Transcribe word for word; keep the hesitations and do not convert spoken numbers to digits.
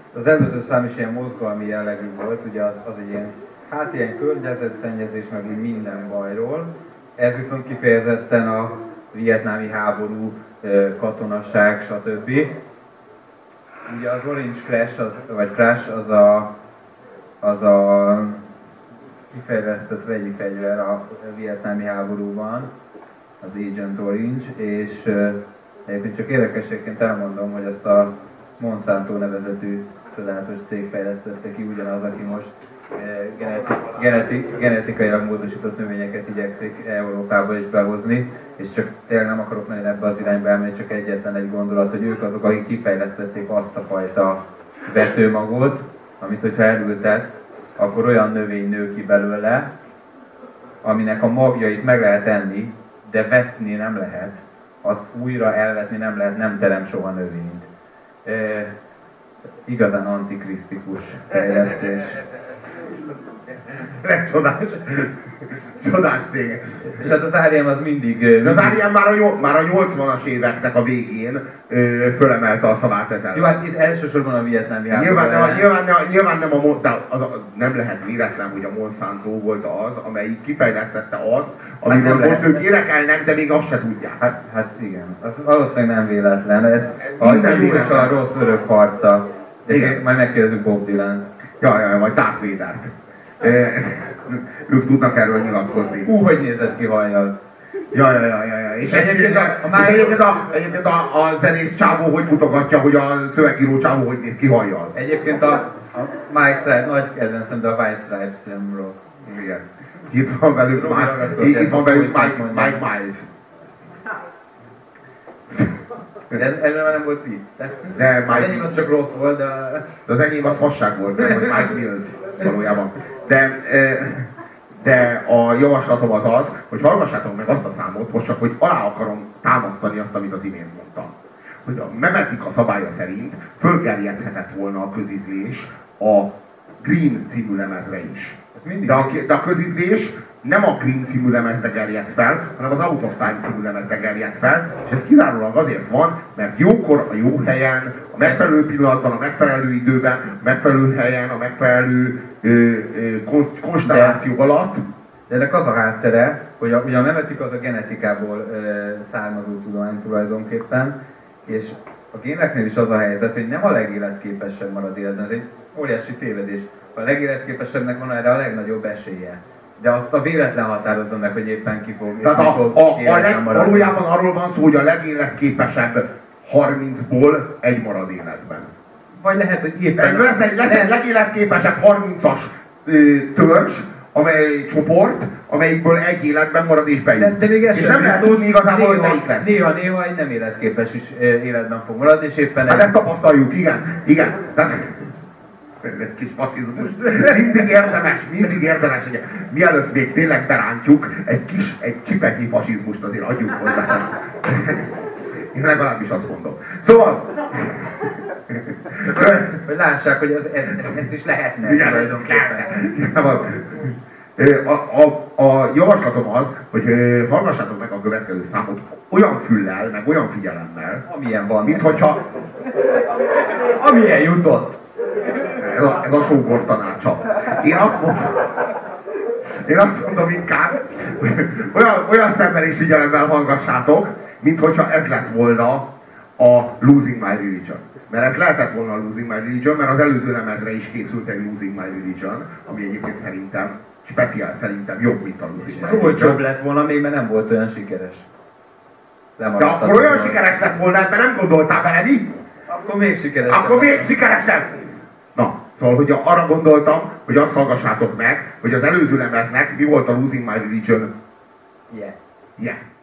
az előző szám is ilyen mozgalmi jellegű volt, ugye az, az egy ilyen, hát ilyen környezetszennyezés, meg így minden bajról. Ez viszont kifejezetten a vietnámi háború, katonasság, stb. Ugye az Orange Crash, az, vagy Crash, az a, az a kifejlesztett vegyi fegyver a vietnámi háborúban, az Agent Orange, és egyébként csak érdekességként elmondom, hogy ezt a Monsanto nevezetű csodálatos cég fejlesztette ki, ugyanaz, aki most geneti, geneti, genetikailag módosított növényeket igyekszik Európába is behozni, és csak tényleg nem akarok nagyon ebbe az irányba elmenni, csak egyetlen egy gondolat, hogy ők azok, akik kifejlesztették azt a fajta vetőmagot, amit hogyha elültetsz, akkor olyan növény nő ki belőle, aminek a magjait meg lehet enni, de vetni nem lehet, azt újra elvetni nem lehet, nem terem soha növényt. E, igazán antikrisztikus fejlesztés. Csodás. Csodás cég. És hát az á er i em az mindig... De az á er i em már a, már a nyolcvanas éveknek a végén ö, fölemelte a szavát ezzel. Jó, hát itt elsősorban a vietnámi háború. Nyilván nem, nyilván, nem, nyilván nem, a, de az, az, nem lehet véletlen, hogy a Monsanto volt az, amelyik kifejlesztette azt, amiről hát most ők énekelnek, de még azt se tudják. Hát, hát igen, az valószínűleg nem véletlen. Ez a a rossz örök harca. De majd megkérdezzük Bob Dylan. Ja, ja, vagy Darth Vadert. Ők tudnak erről nyilatkozni. Hú, hogy nézett ki hajjal. Ja, ja, ja, ja, ja. És egyébként a, a, a, egyébként a, egyébként a, a zenész csávó hogy mutogatja, hogy a szövegíró csávó hogy néz ki hajjal. Egyébként a, a Mike Stripes nagy kedvencem, de a White Stripes sem rossz. Igen. Itt van velük, Mike, itt van velük Mike, Mike Miles. De ez, erről már nem volt vicc. De, de Mike, az enyém az csak rossz volt, de... De az enyém az fasság volt, nem, hogy Mike Mills valójában. De, de a javaslatom az az, hogy hallgassátok meg azt a számot, most csak, hogy alá akarom támasztani azt, amit az imént mondtam. Hogy a Memetika szabálya szerint fölgerjedhetett volna a közizlés a Green című lemezre is. De a, de a közizlés nem a Green című lemezre gerjedt fel, hanem az Out of Time című lemezre gerjedt fel, és ez kizárólag azért van, mert jókor, a jó helyen, a megfelelő pillanatban, a megfelelő időben, a megfelelő helyen, a megfelelő ö, ö, konstelláció de, alatt. De ennek az a háttere, hogy a, ugye a memetika az a genetikából ö, származó tudomány tulajdonképpen, és a géneknél is az a helyzet, hogy nem a legéletképesebb marad életben, ez egy óriási tévedés. A legéletképesebbnek van erre a legnagyobb esélye. De azt a véletlen határozza meg, hogy éppen ki fog, és a, fog a, a leg, valójában arról van szó, hogy a legéletképesebb harmincból egy marad életben. Vagy lehet, hogy éppen... Lesz egy, lesz egy legéletképesebb harmincas törzs, amely csoport, amelyikből egy életben marad és bejut. De, de még ez és nem lehet tudni igazából, hogy melyik lesz. Néha, néha egy nem életképes is életben fog maradni, és éppen... Hát egy... ezt tapasztaljuk, igen, igen. Tehát, egy kis fasizmus. Mindig érdemes, mindig érdemes, hogy mielőtt még tényleg berántjuk, egy kis, egy csipetnyi fasizmust azért adjuk hozzá. Én legalábbis azt mondom. Szóval... Hogy lássák, hogy az, ez, ez, ezt is lehetne igen, tulajdonképpen. A, a, a javaslatom az, hogy hallgassátok meg a következő számot olyan füllel, meg olyan figyelemmel, amilyen van. Mint hogyha... Amilyen jutott. Ez a, ez a sógor tanácsa. Én azt mondom, én azt mondom inkább, olyan, olyan szemmel és figyelemmel hallgassátok, mint hogyha ez lett volna a Losing My Religion. Mert ez lehetett volna a Losing My Religion, mert az előző lemezre is készült egy Losing My Religion, ami egyébként szerintem, speciál szerintem jobb, mint a Losing My Religion. Olcsóbb lett volna még, mert nem volt olyan sikeres. De akkor olyan sikeres lett volna, mert nem gondoltál bele, mi? Akkor még sikeresebb. Akkor még sikeresebb! Na, szóval, hogy arra gondoltam, hogy azt hallgassátok meg, hogy az előző lemeznek mi volt a Losing My Religion. Yeah. Yeah.